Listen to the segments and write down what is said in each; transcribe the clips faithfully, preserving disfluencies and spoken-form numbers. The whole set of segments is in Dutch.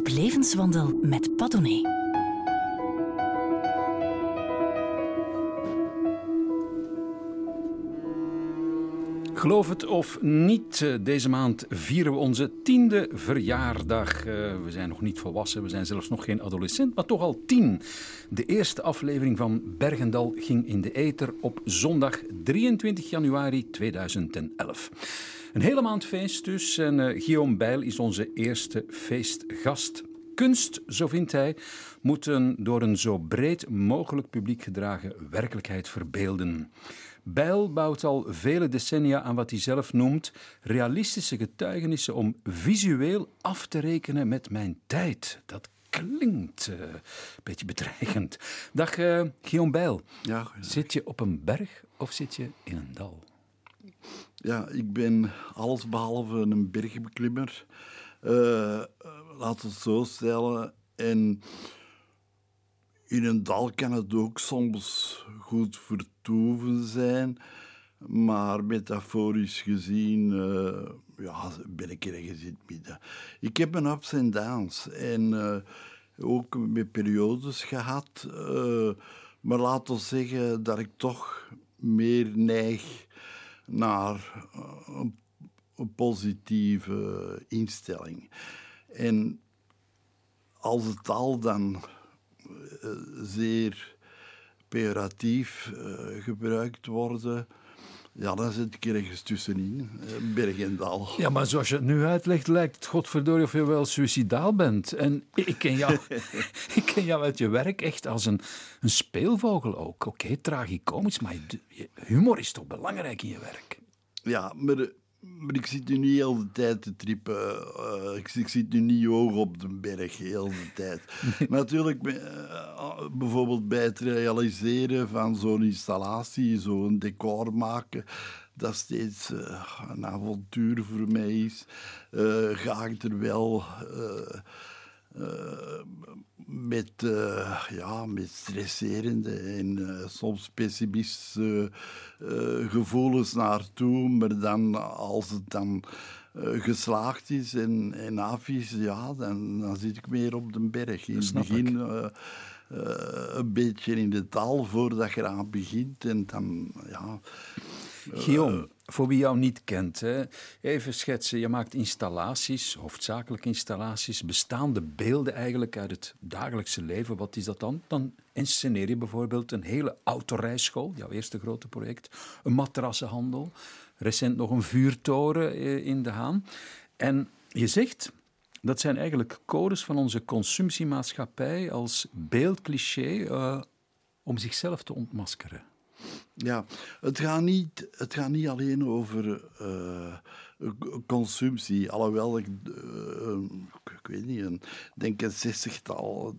op levenswandel met Padone. Geloof het of niet, deze maand vieren we onze tiende verjaardag. We zijn nog niet volwassen, we zijn zelfs nog geen adolescent, maar toch al tien. De eerste aflevering van Bergendal ging in de ether op zondag drieëntwintig januari tweeduizend elf. Een hele maand feest dus en uh, Guillaume Bijl is onze eerste feestgast. Kunst, zo vindt hij, moet een door een zo breed mogelijk publiek gedragen werkelijkheid verbeelden. Bijl bouwt al vele decennia aan wat hij zelf noemt realistische getuigenissen om visueel af te rekenen met mijn tijd. Dat klinkt uh, een beetje bedreigend. Dag uh, Guillaume Bijl. Ja, zit je op een berg of zit je in een dal? Ja, ik ben allesbehalve een bergbeklimmer. Uh, laten we het zo stellen. En in een dal kan het ook soms goed vertoeven zijn. Maar metaforisch gezien uh, ja, ben ik ergens in het midden. Ik heb mijn ups en downs. En uh, ook met periodes gehad. Uh, maar laten we zeggen dat ik toch meer neig naar een, een positieve instelling. En als het al dan uh, zeer pejoratief uh, gebruikt wordt, ja, dan zit ik ergens tussenin, uh, berg en dal. Ja, maar zoals je het nu uitlegt, lijkt het godverdorie of je wel suicidaal bent. En ik ken jou, ik ken jou uit je werk echt als een, een speelvogel ook. Oké, okay, tragicomisch, maar je, humor is toch belangrijk in je werk? Ja, maar... Maar ik zit nu niet heel de tijd te trippen. Uh, ik, ik zit nu niet hoog op de berg, heel de tijd. Nee. Natuurlijk, uh, bijvoorbeeld bij het realiseren van zo'n installatie, zo'n decor maken, dat steeds uh, een avontuur voor mij is, uh, ga ik er wel... Uh, Uh, met, uh, ja, met stresserende en uh, soms pessimistische uh, gevoelens naartoe. Maar dan, als het dan uh, geslaagd is en, en af is, ja, dan, dan zit ik meer op de berg. In het begin uh, uh, een beetje in de dal voordat je eraan begint. En dan, ja... Uh, Guillaume, voor wie jou niet kent, hè, even schetsen. Je maakt installaties, hoofdzakelijk installaties, bestaande beelden eigenlijk uit het dagelijkse leven. Wat is dat dan? Dan insceneer je bijvoorbeeld een hele autorijschool, jouw eerste grote project, een matrassenhandel, recent nog een vuurtoren in De Haan. En je zegt, dat zijn eigenlijk codes van onze consumptiemaatschappij als beeldcliché uh, om zichzelf te ontmaskeren. Ja, het gaat niet, het gaat niet alleen over uh, consumptie. Alhoewel ik, uh, ik weet niet, een, denk een zestigtal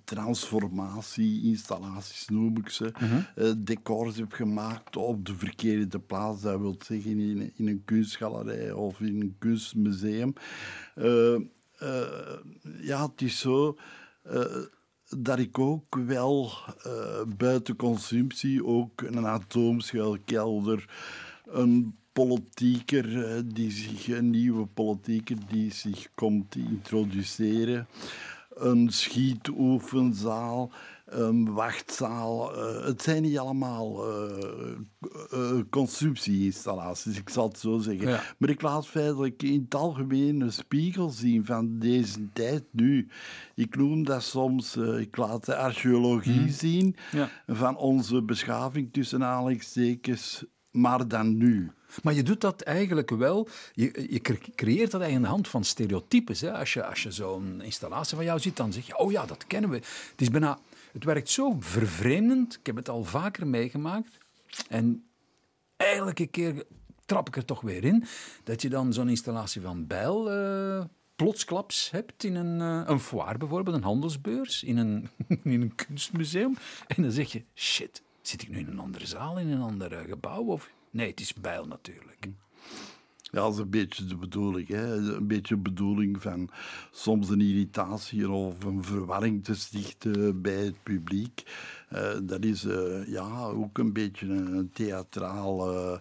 transformatie-installaties, noem ik ze, uh-huh. uh, decors heb gemaakt op de verkeerde plaats. Dat wil zeggen in, in een kunstgalerij of in een kunstmuseum. Uh, uh, ja, het is zo... Uh, dat ik ook wel uh, buiten consumptie ook een atoomschuilkelder, een politieker uh, die zich, een nieuwe politieker die zich komt introduceren, een schietoefenzaal, een wachtzaal. Uh, het zijn niet allemaal uh, uh, consumptieinstallaties, ik zal het zo zeggen. Ja. Maar ik laat feitelijk in het algemeen een spiegel zien van deze tijd nu. Ik noem dat soms, uh, ik laat de archeologie hmm. zien ja. van onze beschaving tussen aanhalingstekens, maar dan nu. Maar je doet dat eigenlijk wel, je, je creëert dat eigenlijk aan de hand van stereotypes. Hè? Als je, als je zo'n installatie van jou ziet, dan zeg je, oh ja, dat kennen we. Het is bijna, het werkt zo vervreemdend, ik heb het al vaker meegemaakt. En elke keer trap ik er toch weer in, dat je dan zo'n installatie van Bijl uh, plotsklaps hebt in een, uh, een foire bijvoorbeeld, een handelsbeurs, in een, in een kunstmuseum. En dan zeg je, shit, zit ik nu in een andere zaal, in een ander uh, gebouw of... Nee, het is Bijl natuurlijk. Ja, dat is een beetje de bedoeling. Hè? Een beetje de bedoeling van soms een irritatie of een verwarring te stichten bij het publiek. Uh, dat is uh, ja, ook een beetje een theatrale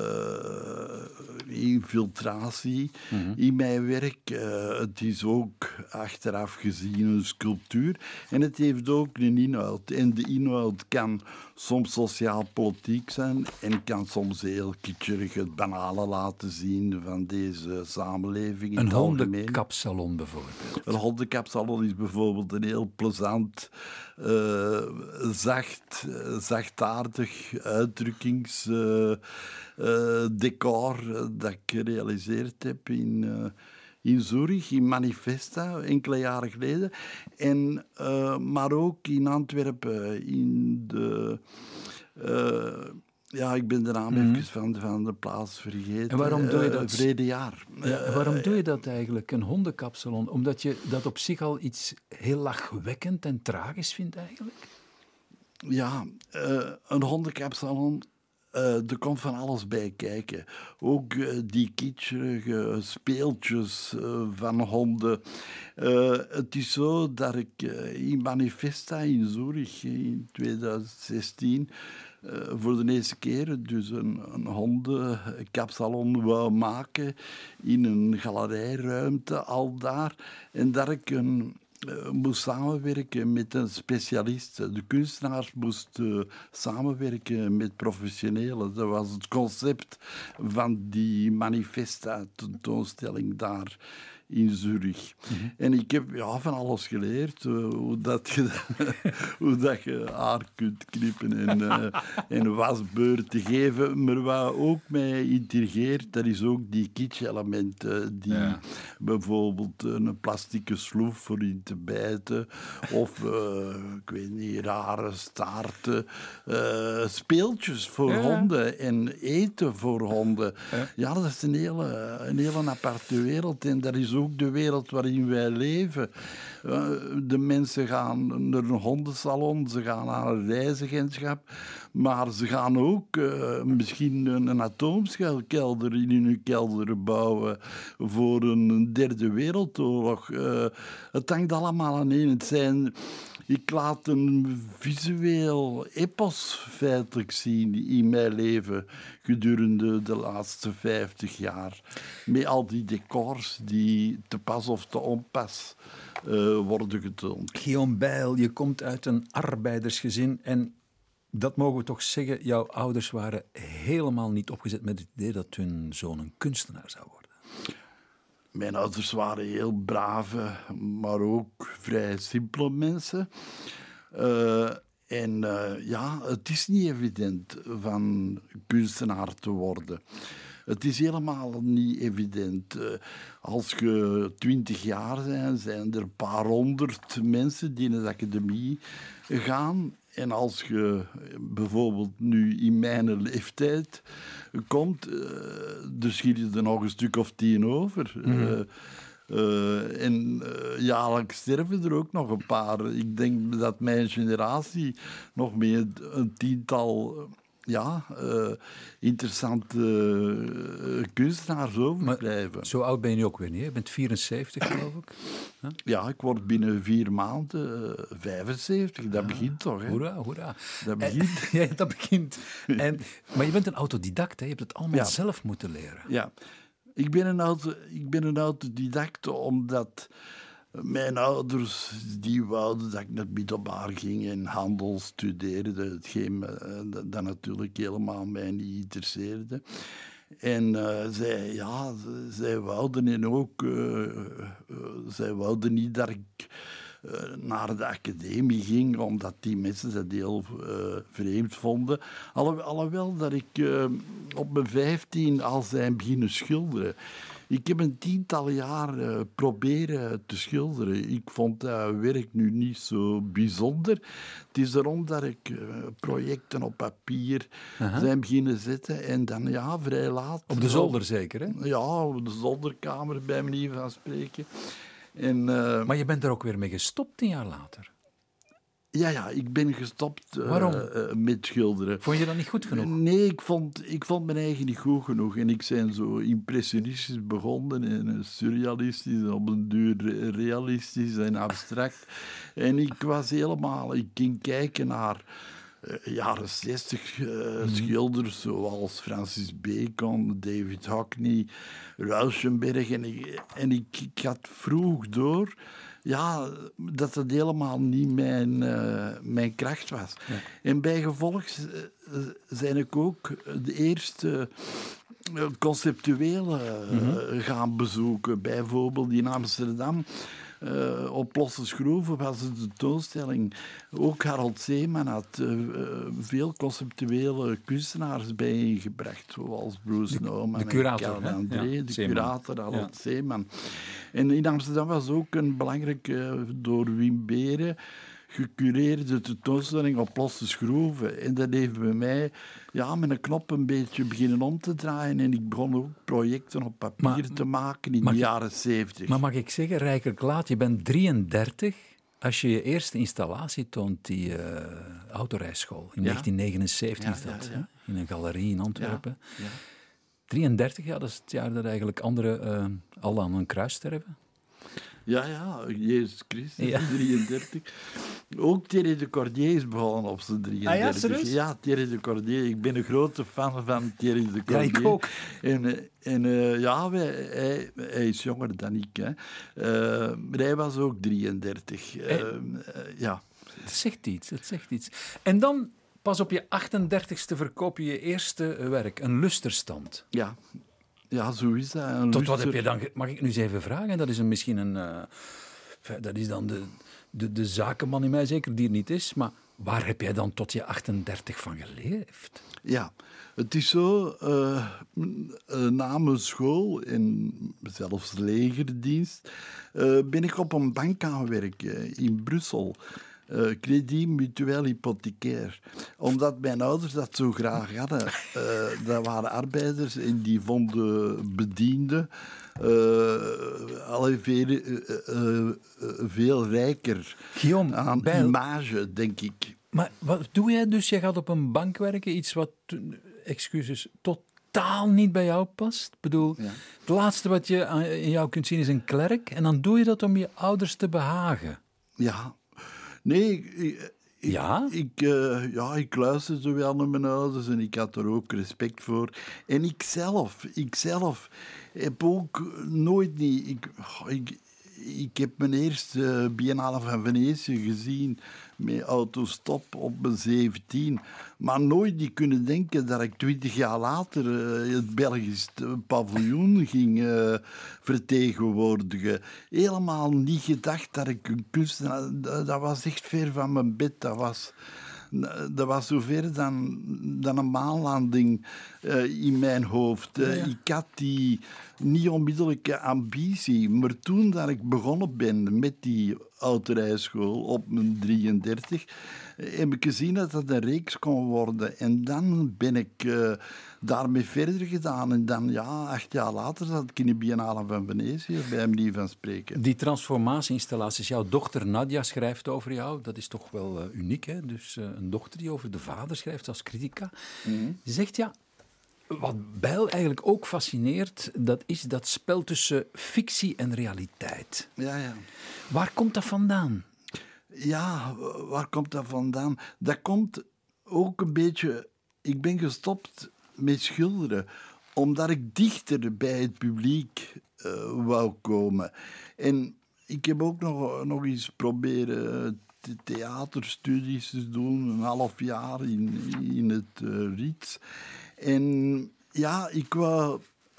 uh, infiltratie mm-hmm. in mijn werk. Uh, het is ook achteraf gezien een sculptuur. En het heeft ook een inhoud. En de inhoud kan soms sociaal-politiek zijn en kan soms heel kitscherig het banale laten zien van deze samenleving in Een het algemeen. hondenkapsalon bijvoorbeeld. Een hondenkapsalon is bijvoorbeeld een heel plezant, uh, zacht, uh, zachtaardig uitdrukkingsdecor uh, uh, decor, uh, dat ik gerealiseerd heb in, uh, in Zurich, in Manifesta, enkele jaren geleden. En, uh, maar ook in Antwerpen, in de... Uh, Ja, ik ben de naam mm-hmm. even van, van de plaats vergeten. En waarom doe je dat? Uh, Vredejaar. Ja, uh, waarom doe je dat eigenlijk, een hondenkapsalon? Omdat je dat op zich al iets heel lachwekkend en tragisch vindt eigenlijk? Ja, uh, een hondenkapsalon, uh, er komt van alles bij kijken. Ook uh, die kitscherige speeltjes uh, van honden. Uh, het is zo dat ik uh, in Manifesta in Zurich in twintig zestien... Uh, voor de eerste keer dus een, een hondenkapsalon wou maken in een galerijruimte al daar. En dat ik een, uh, moest samenwerken met een specialist. De kunstenaars moesten uh, samenwerken met professionelen. Dat was het concept van die Manifesta-tentoonstelling daar in Zurich. Mm-hmm. En ik heb ja, van alles geleerd. Uh, hoe, dat je, hoe dat je haar kunt knippen en, uh, en wasbeur te geven. Maar wat ook mij intrigeert, dat is ook die kitsch-elementen. Die ja. bijvoorbeeld een plastieke sloef voor in te bijten. Of, uh, ik weet niet, rare staarten. Uh, speeltjes voor ja. honden en eten voor honden. Ja, ja dat is een hele, een hele aparte wereld. En dat is ook ook de wereld waarin wij leven. De mensen gaan naar een hondensalon, ze gaan naar een reisagentschap, maar ze gaan ook uh, misschien een, een atoomschuilkelder in hun kelder bouwen voor een derde wereldoorlog. Uh, het hangt allemaal aan één. Het zijn... Ik laat een visueel epos feitelijk zien in mijn leven gedurende de laatste vijftig jaar. Met al die decors die te pas of te onpas uh, worden getoond. Guillaume Bijl, je komt uit een arbeidersgezin en dat mogen we toch zeggen, jouw ouders waren helemaal niet opgezet met het idee dat hun zoon een kunstenaar zou worden. Mijn ouders waren heel brave, maar ook vrij simpele mensen. Uh, en uh, ja, het is niet evident van kunstenaar te worden. Het is helemaal niet evident. Uh, als je twintig jaar bent, zijn er een paar honderd mensen die in de academie gaan. En als je bijvoorbeeld nu in mijn leeftijd komt, uh, er schiet je er nog een stuk of tien over. Mm-hmm. Uh, uh, en uh, jaarlijks sterven er ook nog een paar. Ik denk dat mijn generatie nog met een tiental... Ja, uh, interessante uh, kunstenaars overblijven. Zo oud ben je nu ook weer niet, hè? Je bent vierenzeventig, geloof ik. Huh? Ja, ik word binnen vier maanden uh, vijfenzeventig. Dat ah, begint toch, hè? Hoera, hoera. Dat begint. En, ja, dat begint. En, maar je bent een autodidact, hè? Je hebt het allemaal ja. zelf moeten leren. Ja, ik ben een, auto, ik ben een autodidact omdat... Mijn ouders die wouden dat ik naar het middelbaar ging en handel studeerde, hetgeen dat, dat natuurlijk helemaal mij niet interesseerde. En uh, zij, ja, zij wouden en ook, uh, uh, zij wouden niet dat ik uh, naar de academie ging, omdat die mensen dat heel uh, vreemd vonden. Alle, alhoewel dat ik uh, op mijn vijftien al zijn beginnen schilderen. Ik heb een tiental jaar uh, proberen te schilderen. Ik vond dat werk nu niet zo bijzonder. Het is daarom dat ik uh, projecten op papier uh-huh. zijn beginnen zetten. En dan ja, vrij laat... Op de zolder zeker, hè? Ja, op de zolderkamer, bij manier van spreken. En, uh, maar je bent er ook weer mee gestopt tien jaar later? Ja, ja, ik ben gestopt uh, Waarom? Uh, met schilderen. Vond je dat niet goed genoeg? Nee, ik vond, ik vond mijn eigen niet goed genoeg. En ik ben zo impressionistisch begonnen en surrealistisch, en op een duur realistisch en abstract. En ik was helemaal... Ik ging kijken naar uh, jaren zestig uh, mm-hmm. schilders zoals Francis Bacon, David Hockney, Rauschenberg. En, ik, en ik, ik had vroeg door ja, dat het helemaal niet mijn, uh, mijn kracht was. Ja. En bijgevolg uh, zijn ik ook de eerste uh, conceptuele uh, mm-hmm. gaan bezoeken. Bijvoorbeeld in Amsterdam. Uh, op Losse Schroeven was het de tentoonstelling. Ook Harold Seeman had uh, veel conceptuele kunstenaars bijeengebracht, zoals Bruce de, Nauman de curator, en Karl André, ja, de Seeman. curator Harold ja. Seeman. En in Amsterdam was ook een belangrijke, door Wim Beren gecureerde tentoonstelling op Losse Schroeven. En dat heeft bij mij ja, met een knop een beetje beginnen om te draaien. En ik begon ook projecten op papier maar, te maken in de jaren zeventig. Maar mag ik zeggen, Rijker Klaat, je bent drieëndertig als je je eerste installatie toont, die uh, autorijschool. In ja. negentien negenenzeventig ja, is dat, ja, ja. in een galerie in Antwerpen. Ja, ja. drieëndertig, ja, dat is het jaar dat eigenlijk anderen uh, al aan een kruis sterven. Ja, ja, Jezus Christus, ja. drieëndertig. Ook Thierry de Cordier is begonnen op zijn drieëndertig. Ah, ja, ja, Thierry de Cordier. Ik ben een grote fan van Thierry de Cordier. Ja, ik ook. En, en uh, ja, wij, hij, hij is jonger dan ik. Hè. Uh, maar hij was ook drieëndertig. Uh, uh, ja. Het zegt iets, het zegt iets. En dan, pas op je achtendertigste verkoop je je eerste werk, een lusterstand. Ja. Ja, zo is dat. Tot luster... wat heb je dan... Mag ik nu eens even vragen? Dat is een, misschien een... Uh, dat is dan de, de, de zakenman in mij zeker, die er niet is. Maar waar heb jij dan tot je achtendertig van geleefd? Ja, het is zo... Uh, uh, na mijn school en zelfs legerdienst... Uh, ben ik op een bank gaan werken in Brussel... Uh, Crédit Mutuel Hypothecair. Omdat mijn ouders dat zo graag hadden. Uh, dat waren arbeiders en die vonden bedienden uh, al veel, uh, uh, uh, veel rijker Guillaume, aan Bijl, image, denk ik. Maar wat doe jij dus? Jij gaat op een bank werken, iets wat, excuses, totaal niet bij jou past? Ik bedoel, ja. Het laatste wat je in jou kunt zien is een klerk en dan doe je dat om je ouders te behagen. Ja. Nee, ik, ik, ja? Ik, uh, ja, ik luisterde wel naar mijn ouders en ik had er ook respect voor. En ik zelf, ik zelf heb ook nooit niet... Ik, ik, ik heb mijn eerste Biennale van Venetië gezien met autostop op mijn zeventien. Maar nooit die kunnen denken dat ik twintig jaar later uh, het Belgisch paviljoen ging uh, vertegenwoordigen. Helemaal niet gedacht dat ik een kunstenaar... Dat was echt ver van mijn bed. Dat was... Dat was zover dan, dan een maanlanding uh, in mijn hoofd. Uh, ja. Ik had die niet onmiddellijke ambitie. Maar toen dat ik begonnen ben met die autorijschool op mijn drieëndertig, heb ik gezien dat dat een reeks kon worden. En dan ben ik uh, daarmee verder gedaan. En dan, ja, acht jaar later zat ik in de Biennale van Venetië, bij manier van spreken. Die transformatie-installaties, jouw dochter Nadia schrijft over jou. Dat is toch wel uh, uniek, hè? Dus uh, een dochter die over de vader schrijft als critica. Mm-hmm. Ze zegt, ja, wat Bijl eigenlijk ook fascineert, dat is dat spel tussen fictie en realiteit. Ja, ja. Waar komt dat vandaan? Ja, waar komt dat vandaan? Dat komt ook een beetje... Ik ben gestopt met schilderen, omdat ik dichter bij het publiek uh, wou komen. En ik heb ook nog, nog eens proberen te theaterstudies te doen, een half jaar in, in het uh, Riets. En ja, ik wou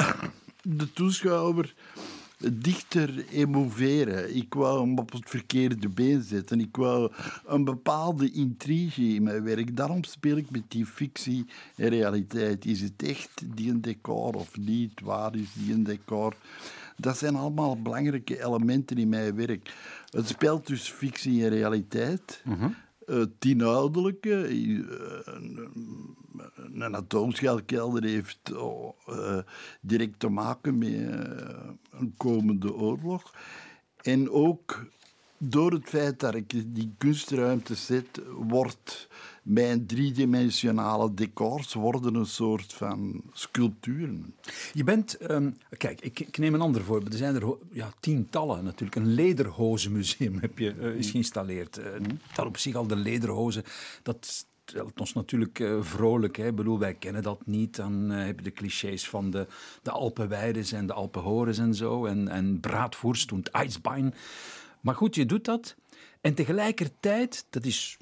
de toeschouwer dichter emoveren. Ik wou hem op het verkeerde been zetten. Ik wou een bepaalde intrigue in mijn werk. Daarom speel ik met die fictie en realiteit. Is het echt die een decor of niet? Waar is die een decor? Dat zijn allemaal belangrijke elementen in mijn werk. Het speelt dus fictie en realiteit. Uh-huh. Uh, het inhoudelijke. Uh, een atoomschelkelder heeft uh, direct te maken met uh, een komende oorlog. En ook door het feit dat ik die kunstruimte zet, wordt mijn driedimensionale decors worden een soort van sculpturen. Je bent... Um, kijk, ik, ik neem een ander voorbeeld. Er zijn er ja, tientallen natuurlijk. Een lederhozenmuseum heb je uh, is geïnstalleerd. Uh, dat op zich al de lederhozen, dat stelt ons natuurlijk uh, vrolijk. Hè? Ik bedoel, wij kennen dat niet. Dan uh, heb je de clichés van de, de Alpenweides en de Alpenhores en zo. En, en braadvoerst en ijsbein. Maar goed, je doet dat. En tegelijkertijd, dat is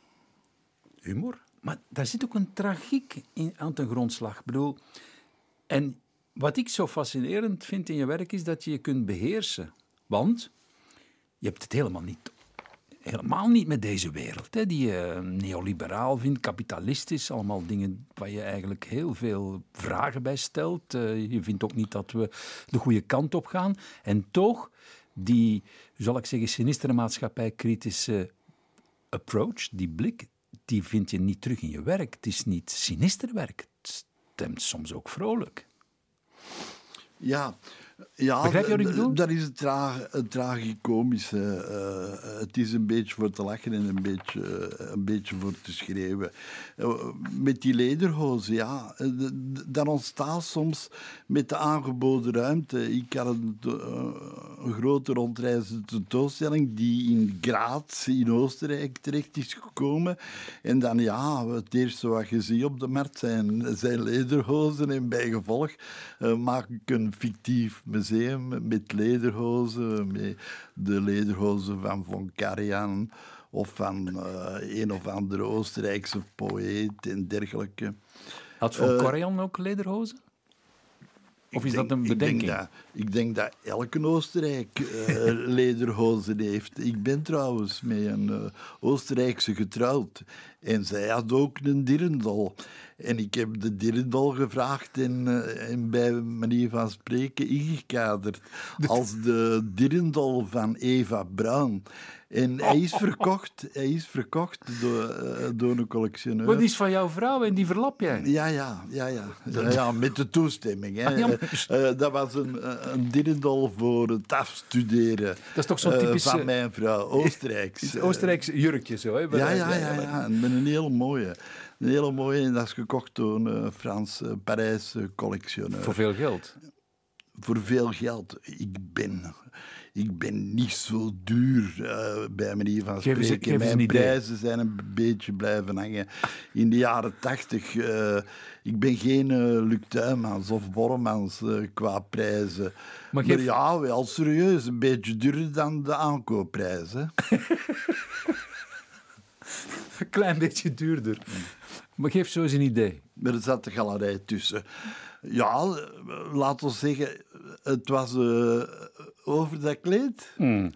humor. Maar daar zit ook een tragiek in, aan ten grondslag. Ik bedoel, en wat ik zo fascinerend vind in je werk is dat je je kunt beheersen. Want je hebt het helemaal niet, helemaal niet met deze wereld. Hè, die je neoliberaal vindt, kapitalistisch. Allemaal dingen waar je eigenlijk heel veel vragen bij stelt. Uh, je vindt ook niet dat we de goede kant op gaan. En toch, die, zal ik zeggen, sinistere maatschappij-kritische approach, die blik, die vind je niet terug in je werk. Het is niet sinister werk. Het stemt soms ook vrolijk. Ja, ja, begrijp je wat ik bedoel? Dat is het, tra- het tragicomische. Uh, het is een beetje voor te lachen en een beetje, uh, een beetje voor te schreeuwen. Uh, met die lederhozen, ja, uh, dat ontstaat soms met de aangeboden ruimte. Ik had een, uh, een grote rondreizende tentoonstelling die in Graz, in Oostenrijk, terecht is gekomen. En dan, ja, het eerste wat je ziet op de markt zijn, zijn lederhozen. En bij gevolg uh, maak ik een fictief museum met lederhozen, met de lederhozen van Von Karajan of van uh, een of andere Oostenrijkse poëet en dergelijke. Had Von Uh, Karajan ook lederhozen? Of is denk, dat een bedenking? Ik denk dat, ik denk dat elke Oostenrijk uh, lederhozen heeft. Ik ben trouwens met een uh, Oostenrijkse getrouwd. En zij had ook een dirndl. En ik heb de dirndl gevraagd en, uh, en bij manier van spreken ingekaderd. Als de dirndl van Eva Braun. En hij is verkocht, hij is verkocht door, uh, door een collectioneur. Wat is van jouw vrouw en die verlap jij? Ja, ja, ja, ja. ja, ja met de toestemming. Hè. Ah, ja, uh, dat was een, een dirndl voor het afstuderen. Dat is toch zo'n typische... Uh, van mijn vrouw, Oostenrijks. Oostenrijks jurkje zo, hè? Ja, ja, ja, ja. Met een hele mooie. Een hele mooie, en dat is gekocht door een Franse, Parijse collectioneur. Voor veel geld? Voor veel geld. Ik ben... Ik ben niet zo duur, uh, bij manier van spreken. Geef eens, geef eens Mijn prijzen zijn een beetje blijven hangen. In de jaren tachtig, uh, ik ben geen uh, Luc Tuymans of Borremans uh, qua prijzen. Maar, geef... maar ja, wel serieus, een beetje duurder dan de aankoopprijzen. Een klein beetje duurder. Maar geef zo eens een idee. Maar er zat de galerij tussen. Ja, laten we zeggen, het was uh, over dat kleed. Mm.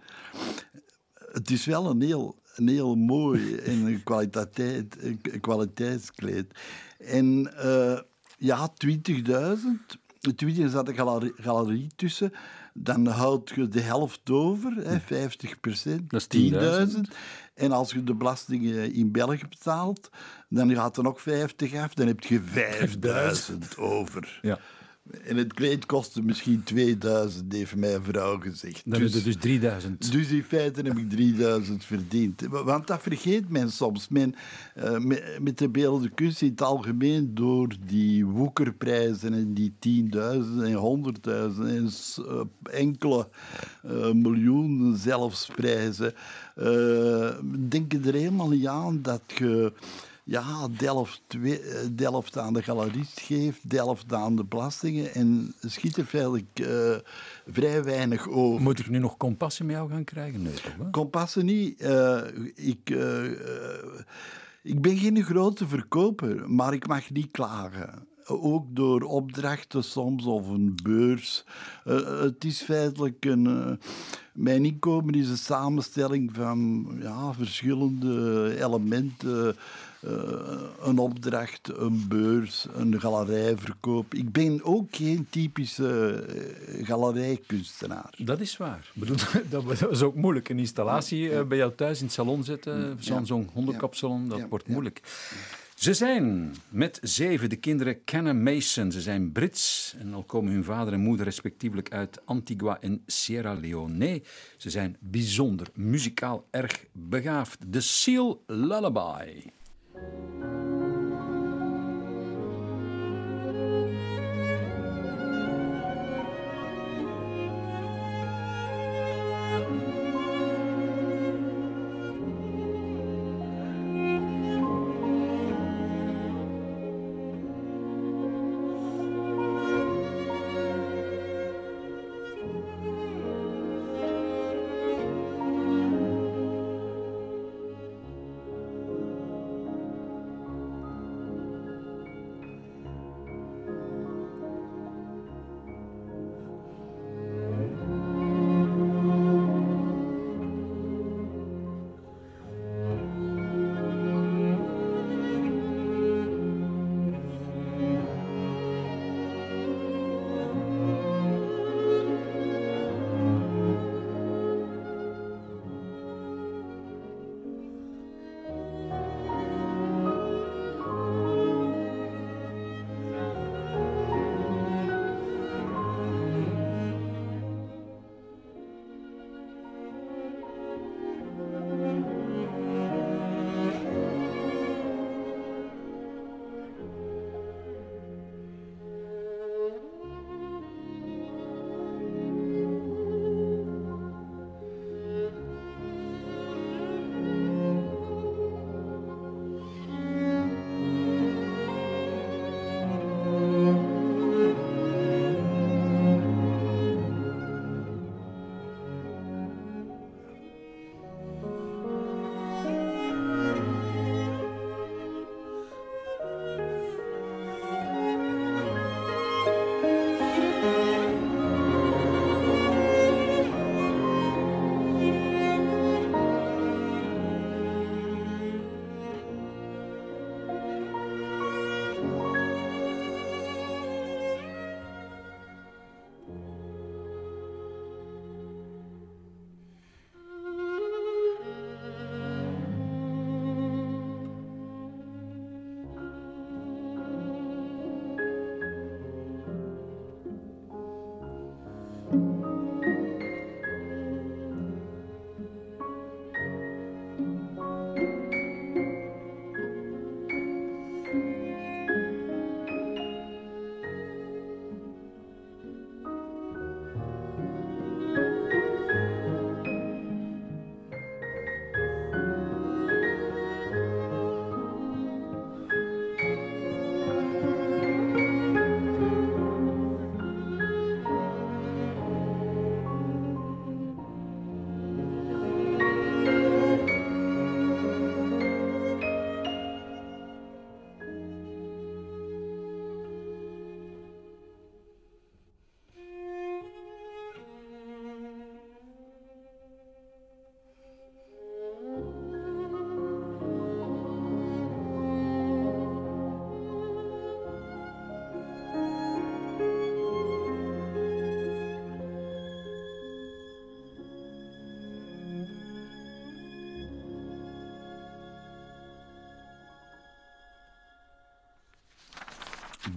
Het is wel een heel, een heel mooi en een, kwaliteit, een kwaliteitskleed. En uh, ja, twintigduizend. twintig er zat een galerie, galerie tussen. Dan houd je de helft over, hè, vijftig procent. Dat is tienduizend. En als je de belastingen in België betaalt, dan gaat er nog vijftig af. Dan heb je vijfduizend over. Ja. En het kleed kostte misschien tweeduizend, heeft mijn vrouw gezegd. Dan dus, heb je dus drieduizend. Dus in feite heb ik drieduizend verdiend. Want dat vergeet men soms. Men, uh, met, met de beeldende kunst in het algemeen, door die woekerprijzen en die tienduizend en honderdduizend en uh, enkele uh, miljoenen zelfs prijzen, uh, denken er helemaal niet aan dat je... Ja, de helft, twee, de helft aan de galerist geeft, de helft aan de belastingen en schiet er feitelijk uh, vrij weinig over. Moet ik nu nog compassie met jou gaan krijgen? Nee, toch? Hè? Compassie niet. Uh, ik, uh, uh, ik ben geen grote verkoper, maar ik mag niet klagen. Ook door opdrachten soms of een beurs. Uh, het is feitelijk een... Uh, mijn inkomen is een samenstelling van ja, verschillende elementen. Uh, een opdracht, een beurs, een galerijverkoop. Ik ben ook geen typische uh, galerijkunstenaar. Dat is waar. Ik bedoel, dat is ook moeilijk. Een installatie ja, ja. bij jou thuis in het salon zetten, ja. zo'n hondenkapsalon, dat ja. wordt moeilijk. Ja. Ze zijn met zeven de kinderen Kenna Mason. Ze zijn Brits en al komen hun vader en moeder respectievelijk uit Antigua en Sierra Leone. Ze zijn bijzonder muzikaal erg begaafd. The Seal Lullaby.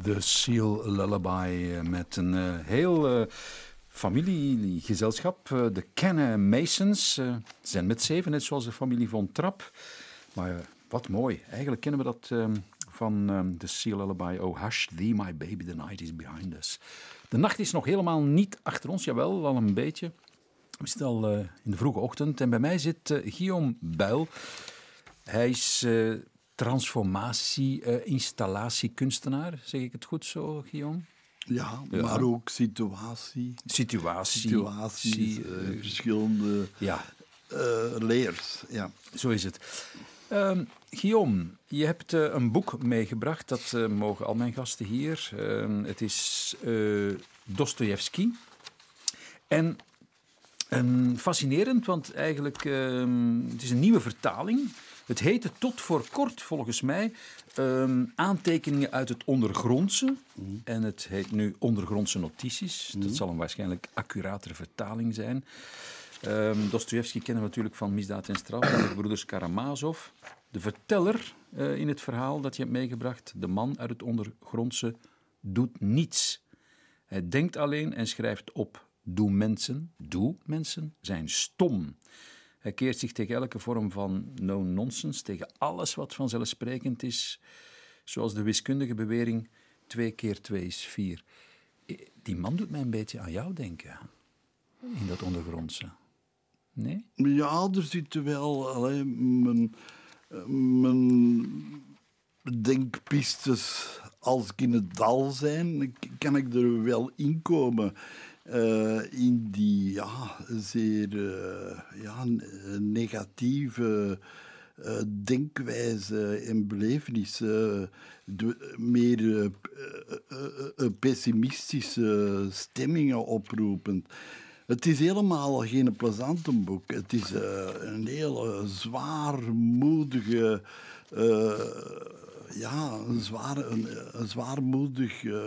The Seal Lullaby met een uh, heel uh, familiegezelschap. Uh, de Kenne Masons. Uh, ze zijn met zeven, net zoals de familie Von Trapp. Maar uh, wat mooi. Eigenlijk kennen we dat uh, van uh, The Seal Lullaby. Oh, hush thee, my baby, the night is behind us. De nacht is nog helemaal niet achter ons. Jawel, al een beetje. We zitten al uh, in de vroege ochtend. En bij mij zit uh, Guillaume Buil. Hij is... Uh, transformatie-installatiekunstenaar, uh, zeg ik het goed zo, Guillaume? Ja, ja, maar ook situatie. Situatie. Situaties, uh, verschillende ja. uh, layers. Ja. Zo is het. Uh, Guillaume, je hebt uh, een boek meegebracht, dat uh, mogen al mijn gasten hier. Uh, het is uh, Dostojevski. En um, fascinerend, want eigenlijk uh, het is een nieuwe vertaling. Het heette tot voor kort, volgens mij, um, aantekeningen uit het ondergrondse. Mm. En het heet nu ondergrondse notities. Mm. Dat zal een waarschijnlijk accuratere vertaling zijn. Um, Dostojevski kennen we natuurlijk van Misdaad en Straf, van de broeders Karamazov. De verteller uh, in het verhaal dat je hebt meegebracht, de man uit het ondergrondse, doet niets. Hij denkt alleen en schrijft op. Doe mensen, doe mensen, zijn stom. Hij keert zich tegen elke vorm van no-nonsense, tegen alles wat vanzelfsprekend is, zoals de wiskundige bewering twee keer twee is vier. Die man doet mij een beetje aan jou denken, in dat ondergrondse. Nee? Ja, er zitten wel... Allee, mijn, mijn denkpistes, als ik in het dal zijn, kan ik er wel inkomen. Uh, in die ja, zeer uh, ja, negatieve uh, denkwijze en belevenissen, de, meer uh, uh, uh, pessimistische stemmingen oproepend. Het is helemaal geen plezante boek. Het is uh, een hele zwaarmoedige... Uh, ja, een, zware, een, een zwaarmoedig... Uh,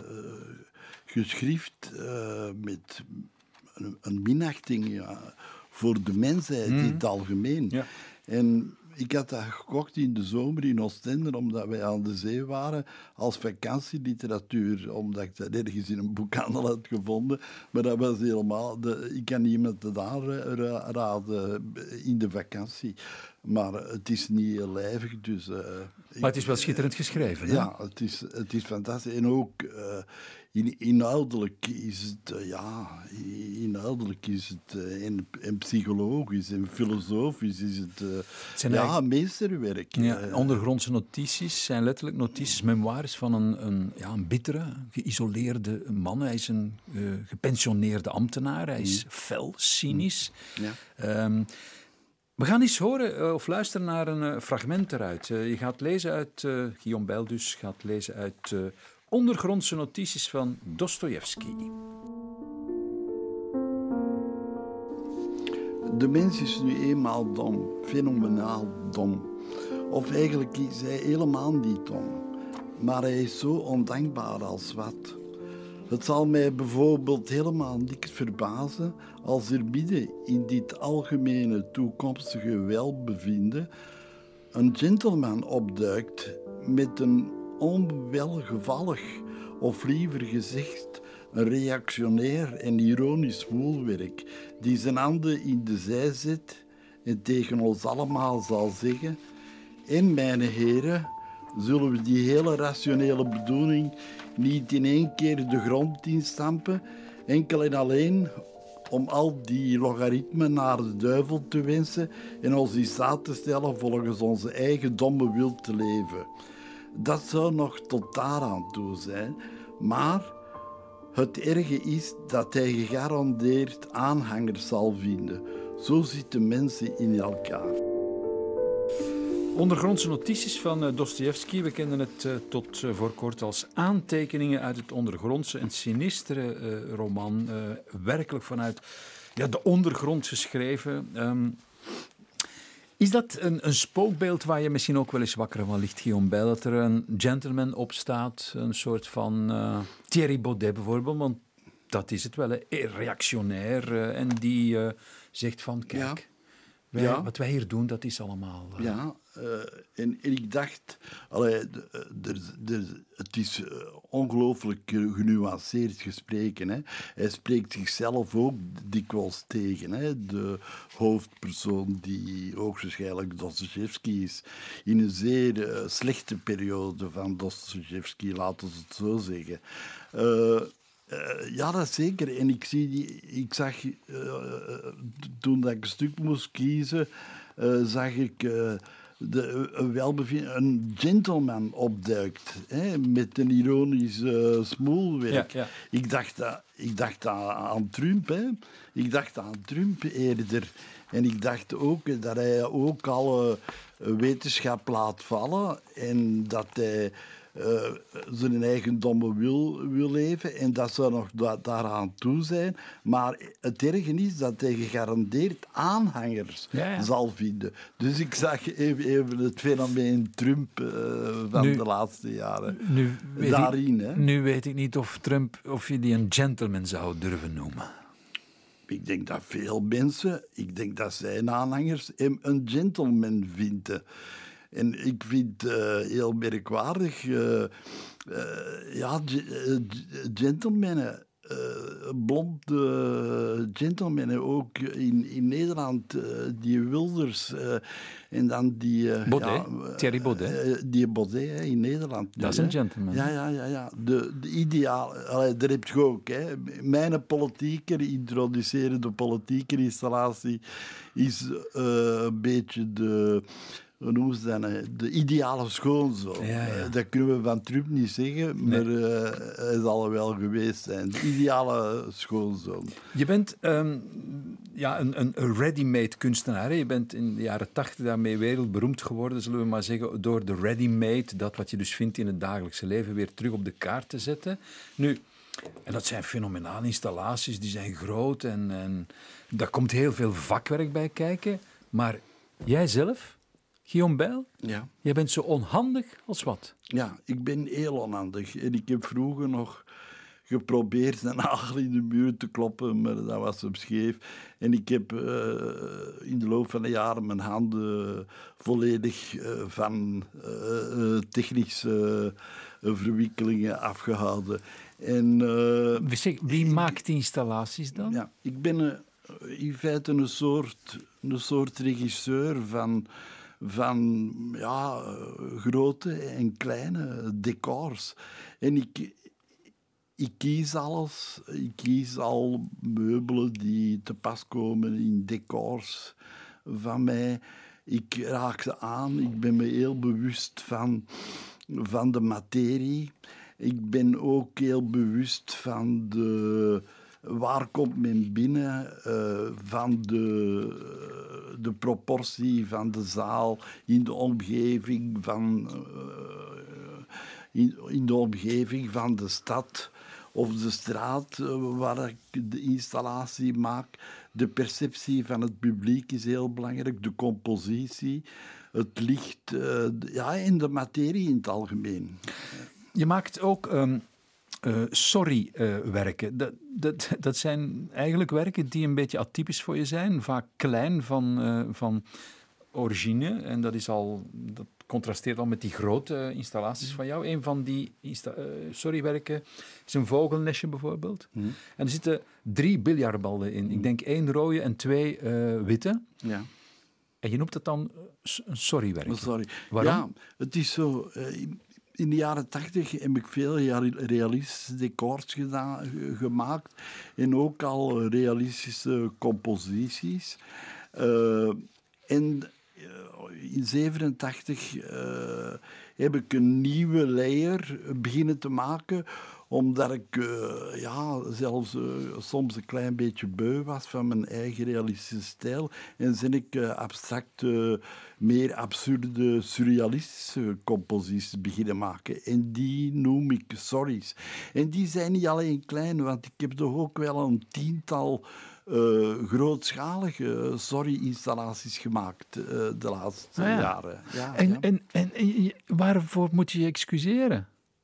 geschrift uh, met een, een minachting ja, voor de mensheid mm. in het algemeen. Ja. En ik had dat gekocht in de zomer in Oostende, omdat wij aan de zee waren, als vakantieliteratuur, omdat ik dat ergens in een boekhandel had gevonden. Maar dat was helemaal... De, ik kan niemand het aanraden in de vakantie. Maar het is niet heel lijvig, dus... Uh, maar het is wel schitterend geschreven, hè? Ja, het is, het is fantastisch. En ook... Uh, In, inhoudelijk is het, uh, ja, inhoudelijk is het, uh, en, en psychologisch en filosofisch is het, uh, het zijn ja, meesterwerk. Ja, uh, ondergrondse notities zijn letterlijk notities, memoires van een, een, ja, een bittere, geïsoleerde man. Hij is een uh, gepensioneerde ambtenaar, hij is mm. fel, cynisch. Mm. Ja. Um, we gaan eens horen uh, of luisteren naar een uh, fragment eruit. Uh, je gaat lezen uit, uh, Guillaume Buil dus, gaat lezen uit... Uh, Ondergrondse notities van Dostojevski. De mens is nu eenmaal dom, fenomenaal dom. Of eigenlijk is hij helemaal niet dom, maar hij is zo ondankbaar als wat. Het zal mij bijvoorbeeld helemaal niks verbazen als er midden in dit algemene toekomstige welbevinden een gentleman opduikt met een onwelgevallig, of liever gezegd, een reactionair en ironisch woelwerk, die zijn handen in de zij zet en tegen ons allemaal zal zeggen: en mijn heren, zullen we die hele rationele bedoeling niet in één keer de grond instampen, enkel en alleen om al die logaritmen naar de duivel te wensen en ons in staat te stellen volgens onze eigen domme wil te leven. Dat zou nog tot daaraan toe zijn, maar het erge is dat hij gegarandeerd aanhangers zal vinden. Zo zitten mensen in elkaar. Ondergrondse notities van uh, Dostojevski. We kenden het uh, tot uh, voor kort als aantekeningen uit het ondergrondse. Een sinistere uh, roman, uh, werkelijk vanuit ja, de ondergrond geschreven. Um, Is dat een, een spookbeeld waar je misschien ook wel eens wakker van ligt, Guillaume Buil? Dat er een gentleman op staat, een soort van uh, Thierry Baudet bijvoorbeeld, want dat is het wel, hè, reactionair, uh, en die uh, zegt van, kijk, ja. Wij, ja. wat wij hier doen, dat is allemaal... Uh... Ja, Uh, en, en ik dacht, allee, de, de, de, het is ongelooflijk genuanceerd gesproken. Hè. Hij spreekt zichzelf ook dikwijls tegen. Hè. De hoofdpersoon die hoogstwaarschijnlijk Dostojevski is. In een zeer uh, slechte periode van Dostojevski, laten we het zo zeggen. Uh, Uh, ja, dat zeker. En ik, zie die, ik zag, uh, toen dat ik een stuk moest kiezen, uh, zag ik uh, de, een, welbevind, een gentleman opduikt, hè, met een ironisch uh, smoelwerk. Ja, ja. Ik dacht, uh, ik dacht aan, aan Trump. Hè. Ik dacht aan Trump eerder. En ik dacht ook dat hij ook alle wetenschap laat vallen en dat hij Uh, zijn eigen wil, wil leven en dat zou nog da- daaraan toe zijn. Maar het erge is dat hij gegarandeerd aanhangers ja, ja. zal vinden. Dus ik zag even, even het fenomeen Trump uh, van nu, de laatste jaren nu weet daarin. Ik, hè. Nu weet ik niet of Trump, of je die een gentleman zou durven noemen. Ik denk dat veel mensen, ik denk dat zijn aanhangers hem een gentleman vinden. En ik vind het uh, heel merkwaardig, uh, uh, ja, gentlemannen, uh, blonde gentlemen, ook in, in Nederland, uh, die Wilders uh, en dan die... Uh, Baudet, ja, Thierry Baudet. Uh, die Baudet hè, in Nederland. Dat is een gentleman. Ja, ja, ja. ja. De, de ideaal, allee, dat heb je ook. Hè. Mijn politieker, introducerende politieker installatie, is uh, een beetje de... Hoe noemen ze dat? De ideale schoonzoon. Ja, ja. Dat kunnen we van Trump niet zeggen, maar nee. uh, hij zal er wel geweest zijn. De ideale schoonzoon. Je bent um, ja, een, een ready-made kunstenaar. Hè? Je bent in de jaren tachtig daarmee wereldberoemd geworden, zullen we maar zeggen, door de ready-made, dat wat je dus vindt in het dagelijkse leven, weer terug op de kaart te zetten. Nu, en dat zijn fenomenale installaties, die zijn groot en, en daar komt heel veel vakwerk bij kijken. Maar jij zelf... Guillaume Bijl, ja. jij bent zo onhandig als wat? Ja, ik ben heel onhandig. En ik heb vroeger nog geprobeerd een nagel in de muur te kloppen, maar dat was op scheef. En ik heb uh, in de loop van de jaren mijn handen volledig uh, van uh, technische uh, verwikkelingen afgehouden. En, uh, zeg, wie ik, maakt die installaties dan? Ja, ik ben uh, in feite een soort, een soort regisseur van... van ja, grote en kleine decors. En ik, ik kies alles. Ik kies al meubelen die te pas komen in decors van mij. Ik raak ze aan. Ik ben me heel bewust van, van de materie. Ik ben ook heel bewust van de... Waar komt men binnen uh, van de, de proportie van de zaal in de omgeving van, uh, in, in de omgeving van de stad of de straat uh, waar ik de installatie maak. De perceptie van het publiek is heel belangrijk, de compositie, het licht uh, ja, en de materie in het algemeen. Je maakt ook... Um... Uh, sorry-werken. Uh, dat, dat, dat zijn eigenlijk werken die een beetje atypisch voor je zijn. Vaak klein van, uh, van origine. En dat, is al, dat contrasteert al met die grote installaties van jou. Een van die insta- uh, sorry-werken is een vogelnestje bijvoorbeeld. Mm. En er zitten drie biljartballen in. Mm. Ik denk één rode en twee uh, witte. Ja. En je noemt dat dan een sorry-werk. Sorry. Waarom? Ja, het is zo... Uh, In de jaren tachtig heb ik veel realistische decors gedaan, gemaakt en ook al realistische composities. Uh, en in zevenentachtig uh, heb ik een nieuwe layer beginnen te maken, omdat ik uh, ja, zelfs uh, soms een klein beetje beu was van mijn eigen realistische stijl. En ben ik uh, abstracte, meer absurde, surrealistische composities beginnen maken. En die noem ik sorry's. En die zijn niet alleen klein, want ik heb toch ook wel een tiental uh, grootschalige sorry-installaties gemaakt uh, de laatste ah, ja. jaren. Ja, en, ja. En, en, en waarvoor moet je je excuseren?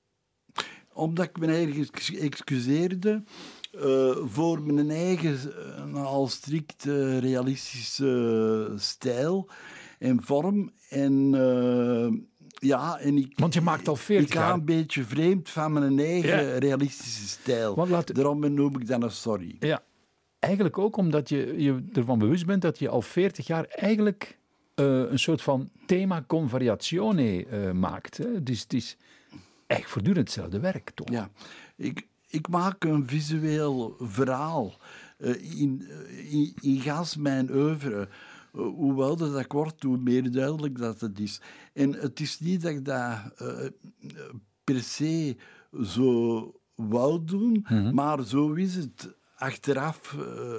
Omdat ik me eigenlijk excuseerde uh, voor mijn eigen uh, al strikt uh, realistische uh, stijl. en vorm. En, uh, ja, en ik, Want je maakt al veertig jaar. Ik ga jaar. een beetje vreemd van mijn eigen ja. realistische stijl. Laat... Daarom noem ik dat een sorry. Ja. Eigenlijk ook omdat je je ervan bewust bent dat je al veertig jaar eigenlijk uh, een soort van thema con variazione uh, maakt. Hè? Dus het is echt voortdurend hetzelfde werk, toch? Ja, ik, ik maak een visueel verhaal. Uh, in, in, in gans mijn oeuvre. Uh, hoe ouder dat ik word, hoe meer duidelijk dat het is. En het is niet dat ik dat uh, per se zo wou doen, mm-hmm. maar zo is het achteraf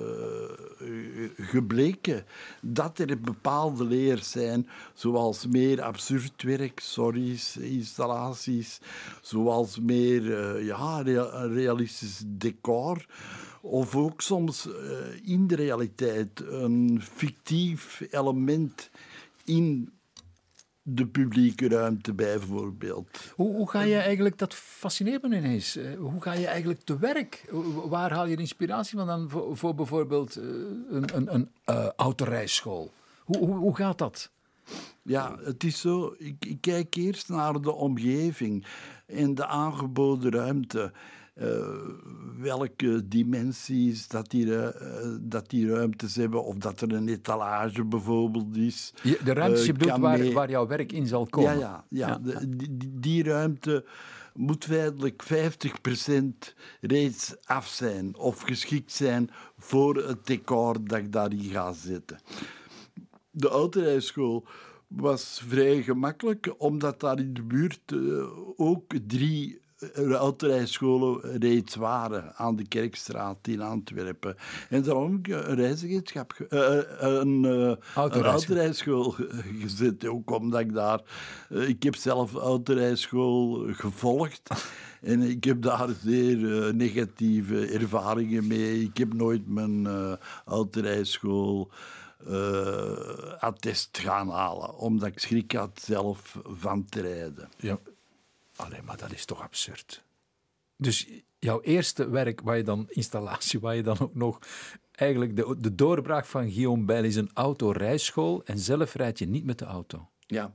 uh, gebleken dat er bepaalde leers zijn, zoals meer absurd werk, stories, installaties, zoals meer uh, ja, rea- realistisch decor, of ook soms uh, in de realiteit een fictief element in de publieke ruimte bijvoorbeeld. Hoe, hoe ga je eigenlijk, dat fascineert me ineens, hoe ga je eigenlijk te werk? Waar haal je de inspiratie van dan voor, voor bijvoorbeeld een, een, een uh, autorijschool? Hoe, hoe, hoe gaat dat? Ja, het is zo, ik, ik kijk eerst naar de omgeving en de aangeboden ruimte. Uh, welke dimensies dat die, uh, dat die ruimtes hebben, of dat er een etalage bijvoorbeeld is. Je, de ruimtes uh, je bedoelt waar, mee... waar jouw werk in zal komen? Ja, ja, ja. ja. De, die, die ruimte moet feitelijk vijftig procent reeds af zijn of geschikt zijn voor het decor dat ik daarin ga zetten. De autorijschool was vrij gemakkelijk, omdat daar in de buurt uh, ook drie autorijscholen reeds waren aan de Kerkstraat in Antwerpen. En daarom heb ik een reisagentschap, uh, een, uh, een autorijschool gezet. Ook omdat ik daar... Uh, ik heb zelf autorijschool gevolgd. En ik heb daar zeer uh, negatieve ervaringen mee. Ik heb nooit mijn uh, autorijschool uh, attest gaan halen. Omdat ik schrik had zelf van te rijden. Ja. Allee, maar dat is toch absurd. Dus jouw eerste werk, waar je dan, installatie, waar je dan ook nog eigenlijk de, de doorbraak van Guillaume Bijl is een autorijschool en zelf rijd je niet met de auto. Ja.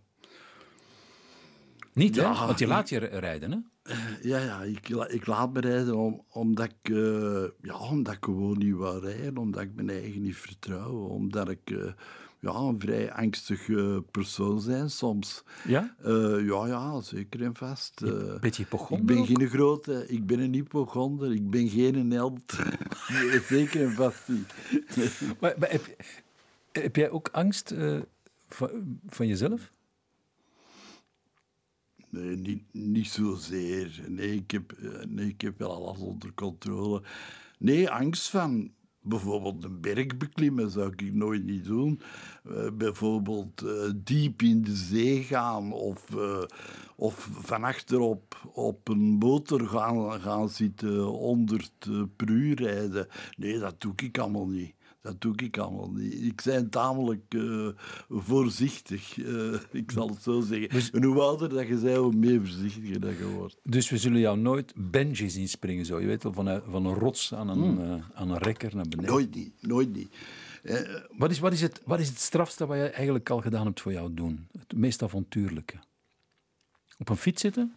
Niet, ja, hè? Want je laat je rijden, hè? Ja, ja, ik, ik laat me rijden om, omdat, ik, uh, ja, omdat ik gewoon niet wil rijden, omdat ik mijn eigen niet vertrouw, omdat ik... Uh, Ja, een vrij angstige persoon zijn soms. Ja? Uh, ja, ja, zeker en vast. Uh, Beetje hypochonder Ik ben ook? geen grote... Ik ben een hypochonder. Ik ben geen held. Zeker en vast niet. maar, maar heb, heb jij ook angst uh, van, van jezelf? Nee, niet, niet zozeer. Nee ik, heb, nee, ik heb wel alles onder controle. Nee, angst van... Bijvoorbeeld een berg beklimmen zou ik nooit niet doen. Uh, bijvoorbeeld uh, diep in de zee gaan of, uh, of van achterop op een motor gaan, gaan zitten, honderd per uur rijden. Nee, dat doe ik allemaal niet. Dat doe ik allemaal niet. Ik ben tamelijk uh, voorzichtig, uh, ik zal het zo zeggen. Dus, en hoe ouder dat je bent, hoe meer voorzichtiger dat je wordt. Dus we zullen jou nooit bungee zien springen, zo. Je weet wel, van een, van een rots aan een, mm. uh, aan een rekker naar beneden. Nooit niet, nooit niet. Uh, wat, is, wat, is het, wat is het strafste wat je eigenlijk al gedaan hebt voor jou doen? Het meest avontuurlijke? Op een fiets zitten?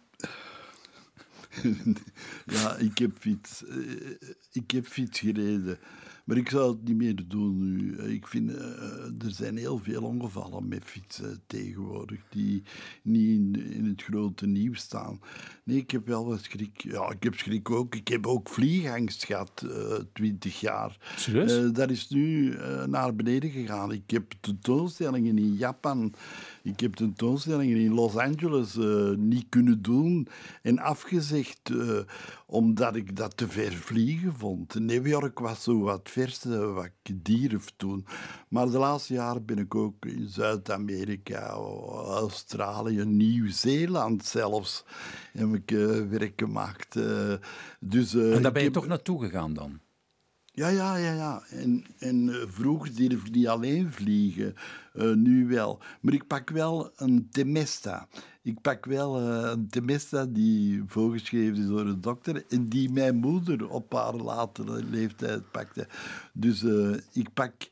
Ja, ik heb fiets, uh, ik heb fiets gereden. Maar ik zou het niet meer doen nu. Ik vind, uh, er zijn heel veel ongevallen met fietsen tegenwoordig die niet in, in het grote nieuws staan. Nee, ik heb wel wat schrik. Ja, ik heb schrik ook. Ik heb ook vliegangst gehad, twintig uh, jaar. Serieus? Uh, dat is nu uh, naar beneden gegaan. Ik heb tentoonstellingen in Japan, ik heb tentoonstellingen in Los Angeles uh, niet kunnen doen en afgezegd uh, omdat ik dat te ver vliegen vond. New York was zo wat verste wat ik durf toen. Maar de laatste jaren ben ik ook in Zuid-Amerika, Australië, Nieuw-Zeeland zelfs, heb ik uh, werk gemaakt. Uh, dus, uh, en daar ben je heb... toch naartoe gegaan dan? Ja, ja, ja, ja. En, en uh, vroeger durfde ik niet alleen vliegen, uh, nu wel. Maar ik pak wel een Temesta. Ik pak wel uh, een Temesta die voorgeschreven is door een dokter en die mijn moeder op haar latere leeftijd pakte. Dus uh, ik pak...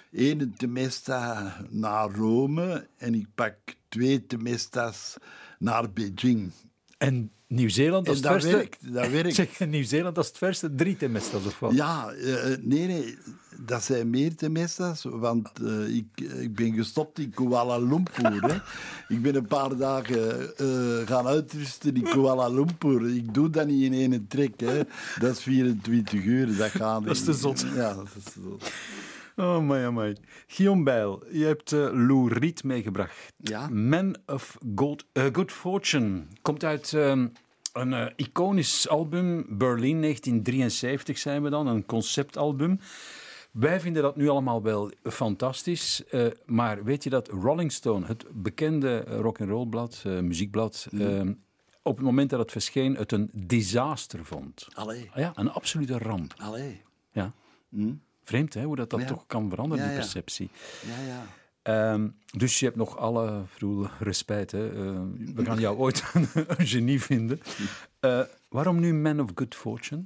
één Temesta naar Rome en ik pak twee Temesta's naar Beijing. En Nieuw-Zeeland als en het dat verste... werkt, dat werkt. Zeg, Nieuw-Zeeland als het verste drie Temesta's of wat? Ja, uh, nee, nee. Dat zijn meer Temesta's, want uh, ik, ik ben gestopt in Kuala Lumpur. Hè. Ik ben een paar dagen uh, gaan uitrusten in Kuala Lumpur. Ik doe dat niet in één trek. Hè. Dat is vierentwintig uur. Dat gaat Dat is te zot. Ja, dat is te zot. Oh, my, oh, my. Guillaume Bijl, je hebt uh, Lou Reed meegebracht. Ja. Man of God, uh, Good Fortune. Komt uit uh, een uh, iconisch album, Berlin negentien drieënzeventig zijn we dan, een conceptalbum. Wij vinden dat nu allemaal wel fantastisch, uh, maar weet je dat Rolling Stone, het bekende rock'n'rollblad, uh, muziekblad, mm. uh, op het moment dat het verscheen, het een disaster vond. Allee. Ja, een absolute ramp. Allee. Ja. Mm. Vreemd, hè, hoe dat, dat ja. toch kan veranderen, ja, die ja. perceptie. Ja, ja. Um, dus je hebt nog alle vroeg respect. Hè. Uh, we gaan jou ooit een, een genie vinden. Uh, waarom nu Man of Good Fortune?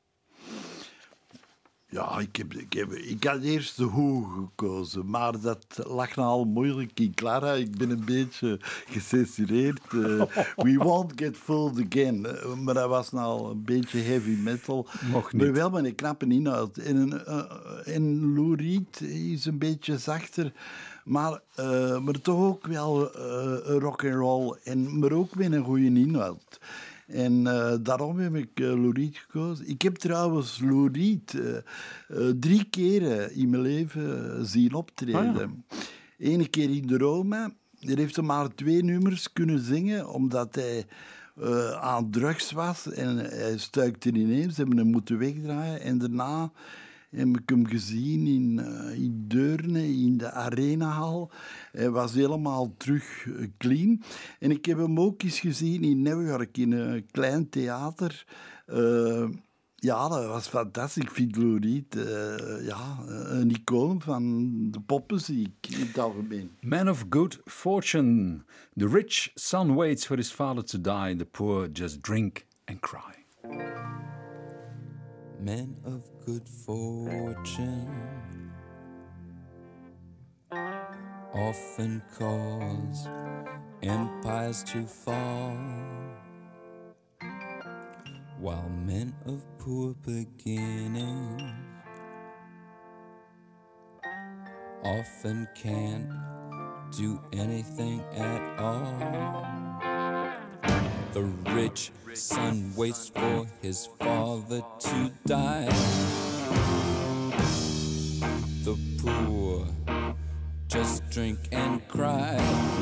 Ja, ik, heb, ik, heb, ik had eerst de Who gekozen, maar dat lag nogal moeilijk in Clara. Ik ben een beetje gecensureerd. Uh, We Won't Get Fooled Again. Uh, maar dat was nou een beetje heavy metal. Mocht niet. Maar wel met een knappe inhoud. En, uh, en Lou Reed is een beetje zachter, maar, uh, maar toch ook wel uh, rock'n'roll. En maar ook met een goede inhoud. En uh, daarom heb ik uh, Lou Reed gekozen. Ik heb trouwens Lou Reed uh, uh, drie keren in mijn leven uh, zien optreden. Ah, ja. Eén keer in de Roma. Hij heeft er maar twee nummers kunnen zingen, omdat hij uh, aan drugs was. En hij stuikte ineens, ze hebben hem moeten wegdraaien. En daarna heb ik hem gezien in, uh, in Deurne, in de Arenahal. Hij was helemaal terug uh, clean. En ik heb hem ook eens gezien in New York, in een klein theater. Uh, ja, dat was fantastisch. Ik vind Lou Reed uh, ja, een icoon van de popmuziek in het algemeen. Man of Good Fortune. The rich son waits for his father to die. The poor just drink and cry. Men of good fortune often cause empires to fall, while men of poor beginnings often can't do anything at all. The rich son waits for his father to die. The poor just drink and cry.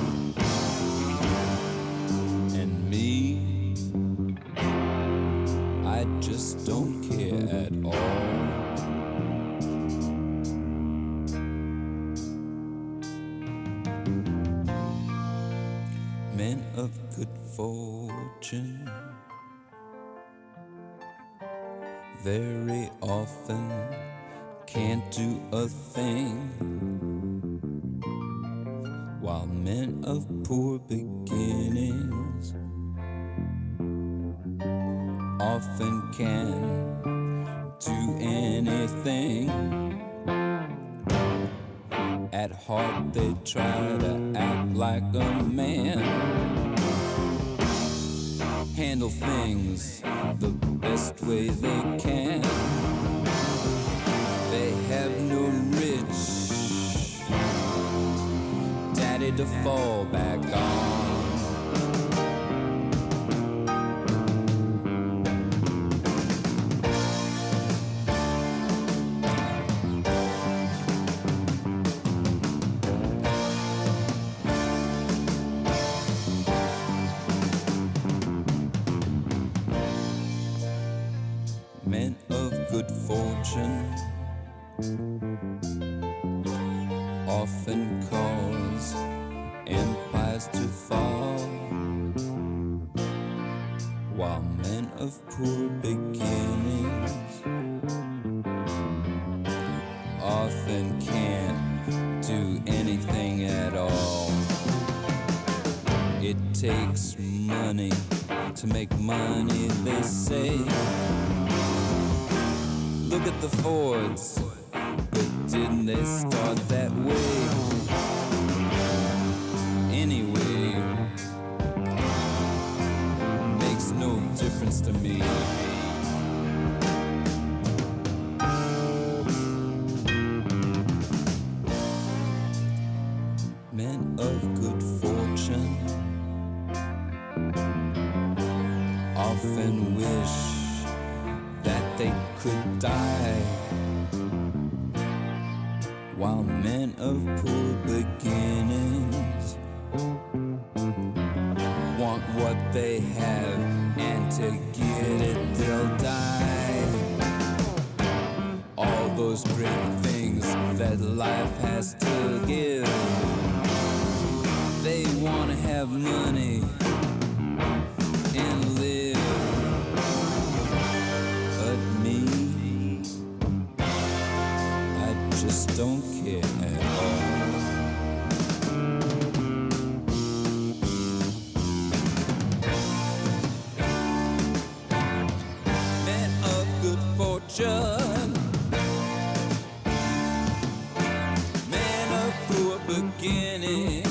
And me, I just don't care at all. Men of good fortune very often can't do a thing, while men of poor beginnings often can do anything. At heart they try to act like a man, handle things the best way they can. They have no rich daddy to fall back on. Men of good fortune often cause empires to fall, while men of poor beginnings often can't do anything at all. It takes money to make money, they say. Look at the Fords but didn't they start that way? Anyway, makes no difference to me. Men of good fortune often wish that they could die, while men of poor beginnings want what they have, and to get it they'll die. All those great things that life has to give, they wanna have money and live. But me, I just don't care at all. Men of good fortune, men of poor beginnings,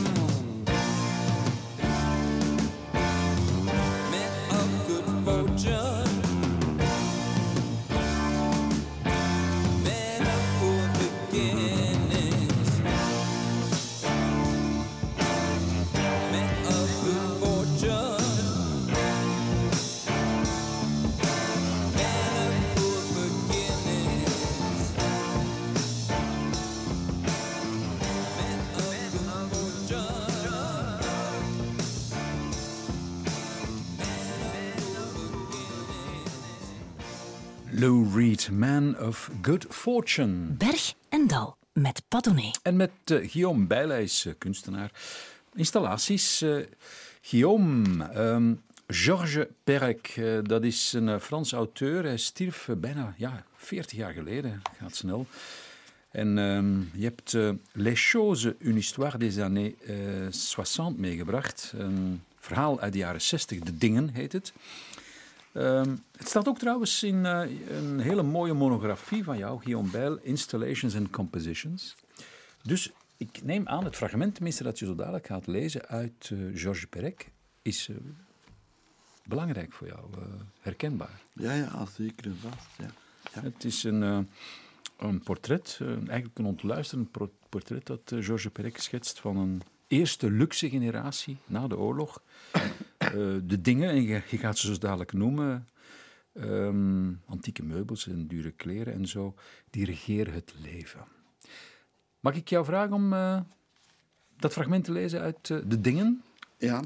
Lou Reed, Man of Good Fortune. Berg en Dal met Padone. En met uh, Guillaume Bijlijs, uh, kunstenaar. Installaties. Uh, Guillaume, um, Georges Perec, uh, dat is een uh, Frans auteur. Hij stierf uh, bijna ja, veertig jaar geleden. Gaat snel. En um, je hebt uh, Les Choses, une histoire des années uh, soixante meegebracht. Een verhaal uit de jaren zestig. De Dingen heet het. Um, het staat ook trouwens in uh, een hele mooie monografie van jou, Guillaume Bijl, Installations and Compositions. Dus ik neem aan, het fragment tenminste dat je zo dadelijk gaat lezen uit uh, Georges Perec, is uh, belangrijk voor jou, uh, herkenbaar. Ja, ja, zeker en vast. Ja. Ja. Het is een, uh, een portret, uh, eigenlijk een ontluisterend portret dat uh, Georges Perec schetst van een eerste luxe generatie na de oorlog. Uh, de dingen, en je, je gaat ze zo dadelijk noemen, um, antieke meubels en dure kleren en zo, die regeren het leven. Mag ik jou vragen om uh, dat fragment te lezen uit uh, De Dingen? Ja.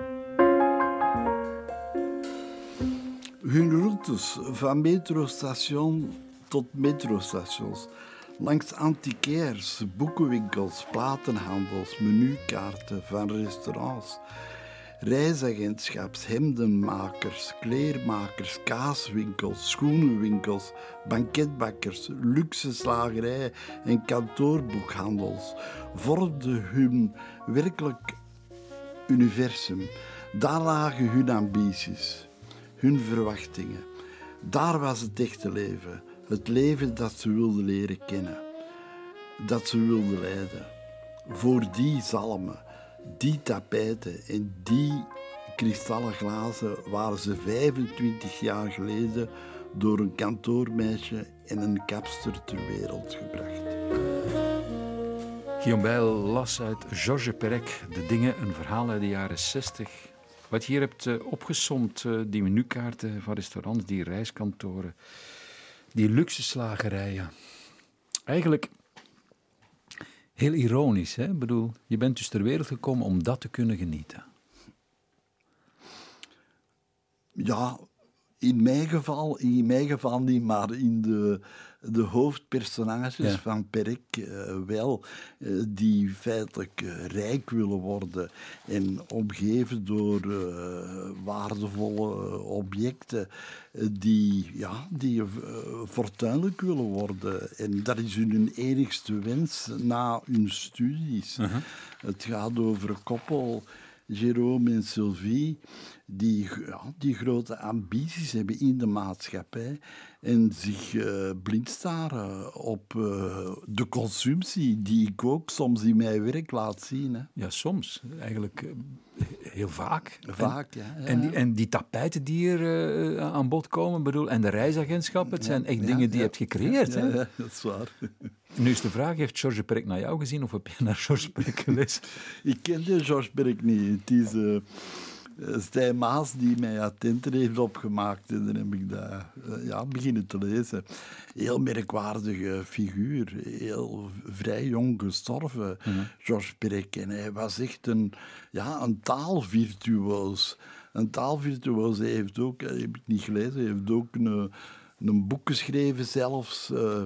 Hun routes van metrostation tot metrostations, langs antiquairs, boekenwinkels, platenhandels, menukaarten van restaurants, reisagentschaps, hemdenmakers, kleermakers, kaaswinkels, schoenenwinkels, banketbakkers, luxe slagerij en kantoorboekhandels vormden hun werkelijk universum. Daar lagen hun ambities, hun verwachtingen. Daar was het echte leven, het leven dat ze wilden leren kennen, dat ze wilden leiden. Voor die zalmen, die tapijten en die kristallen glazen waren ze vijfentwintig jaar geleden door een kantoormeisje en een kapster ter wereld gebracht. Guillaume Bijl las uit Georges Perec, De Dingen, een verhaal uit de jaren zestig. Wat je hier hebt uh, opgesomd, uh, die menukaarten van restaurants, die reiskantoren, die luxe slagerijen. Eigenlijk heel ironisch, hè? Ik bedoel, je bent dus ter wereld gekomen om dat te kunnen genieten. Ja, in mijn geval, in mijn geval niet, maar in de, de hoofdpersonages ja. van Perec uh, wel, uh, die feitelijk uh, rijk willen worden en omgeven door uh, waardevolle objecten uh, die, ja, die uh, fortuinlijk willen worden. En dat is hun enigste wens na hun studies. Uh-huh. Het gaat over een koppel Jérôme en Sylvie, die, ja, die grote ambities hebben in de maatschappij en zich uh, blind staren op uh, de consumptie, die ik ook soms in mijn werk laat zien. Hè. Ja, soms. Eigenlijk uh, heel vaak. Vaak, en, ja. ja. En, die, en die tapijten die er uh, aan bod komen, bedoel, en de reisagentschappen, het zijn echt ja, dingen die ja, je hebt gecreëerd. Ja, hè? ja, dat is waar. Nu is de vraag, heeft Georges Perec naar jou gezien of heb je naar Georges Perec gelezen? Ik kende Georges Perec niet. Het is uh, Stijn Maas die mij attenter heeft opgemaakt en dan heb ik dat uh, ja, beginnen te lezen. Heel merkwaardige figuur, heel vrij jong gestorven, mm-hmm. Georges Perec. En hij was echt een, ja, een taalvirtuoos. Een taalvirtuoos. Hij heeft ook, dat heb ik niet gelezen, hij heeft ook een, een boek geschreven zelfs... Uh,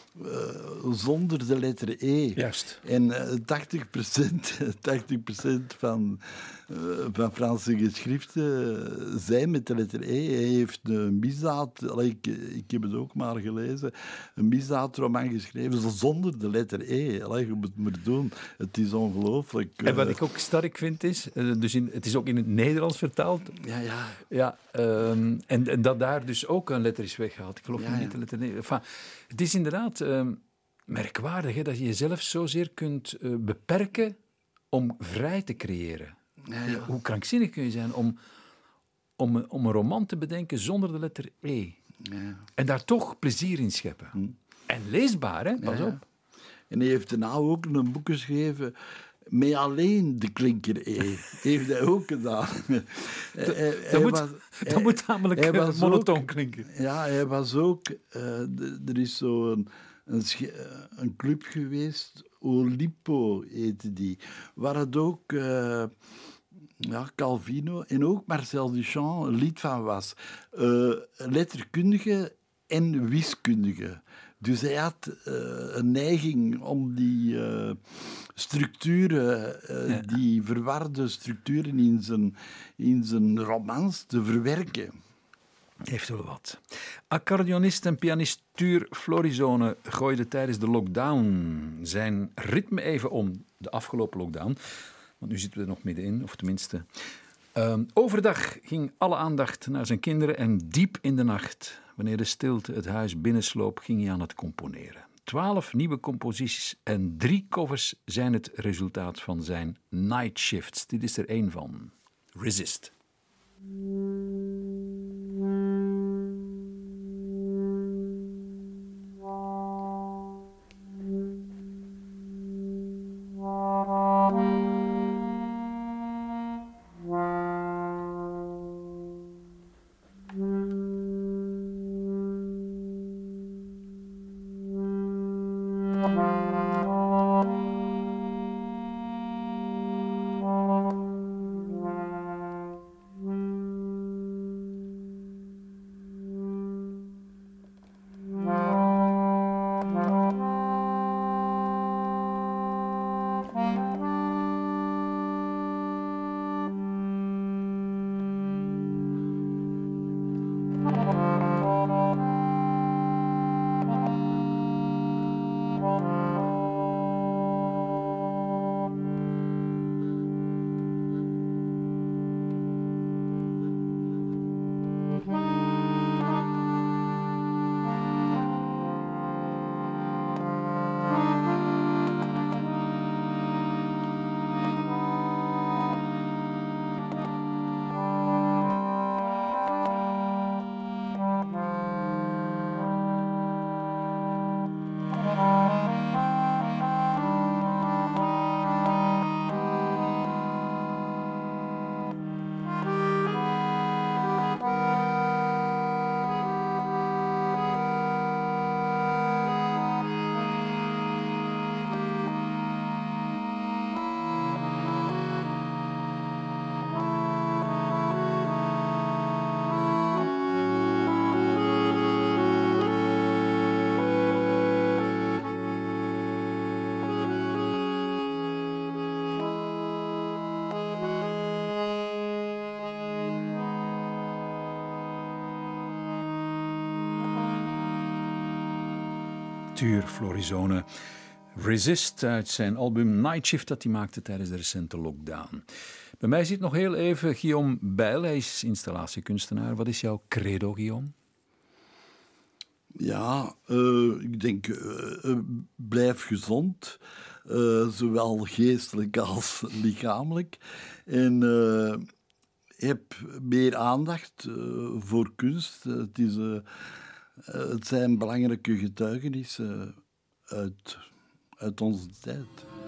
Uh, zonder de letter E. Juist. En uh, tachtig procent, tachtig procent van, uh, van Franse geschriften zijn met de letter E. Hij heeft een misdaad, ik, ik heb het ook maar gelezen, een misdaadroman geschreven zonder de letter E. Allee, je moet het maar doen. Het is ongelooflijk. En wat ik ook sterk vind is, dus in, het is ook in het Nederlands vertaald. Ja, ja. ja um, en, en dat daar dus ook een letter is weggehaald. Ik geloof ja, niet ja. de letter E. Enfin, het is inderdaad uh, merkwaardig hè, dat je jezelf zozeer kunt uh, beperken om vrij te creëren. Ja, ja. Hoe krankzinnig kun je zijn om, om, om een roman te bedenken zonder de letter E. Ja. En daar toch plezier in scheppen. Hm. En leesbaar, hè? Pas ja. op. En hij heeft daarna ook een boek geschreven... met alleen de klinker E. Heeft hij ook gedaan. Dat, hij, dat, hij moet, was, dat hij, moet namelijk hij monotoon ook, klinken. Ja, hij was ook... Uh, d- er is zo een, een, een club geweest, Olimpo heette die, waar het ook... Uh, ja, Calvino en ook Marcel Duchamp lid van was. Uh, letterkundige en wiskundige. Dus hij had uh, een neiging om die uh, structuren, uh, ja. die verwarde structuren in zijn, in zijn romans te verwerken. Heeft wel wat. Accordeonist en pianist Tuur Florisone gooide tijdens de lockdown zijn ritme even om, de afgelopen lockdown. Want nu zitten we er nog middenin, of tenminste... Uh, overdag ging alle aandacht naar zijn kinderen en diep in de nacht, wanneer de stilte het huis binnensloop, ging hij aan het componeren. Twaalf nieuwe composities en drie covers zijn het resultaat van zijn Night Shifts. Dit is er één van. Resist. Tuur Florisone. Resist uit zijn album Night Shift dat hij maakte tijdens de recente lockdown. Bij mij zit nog heel even Guillaume Bijl. Hij is installatiekunstenaar. Wat is jouw credo, Guillaume? Ja, uh, ik denk, uh, uh, blijf gezond. Uh, zowel geestelijk als lichamelijk. En uh, heb meer aandacht uh, voor kunst. Uh, het, is, uh, uh, het zijn belangrijke getuigenissen uit, uit onze tijd.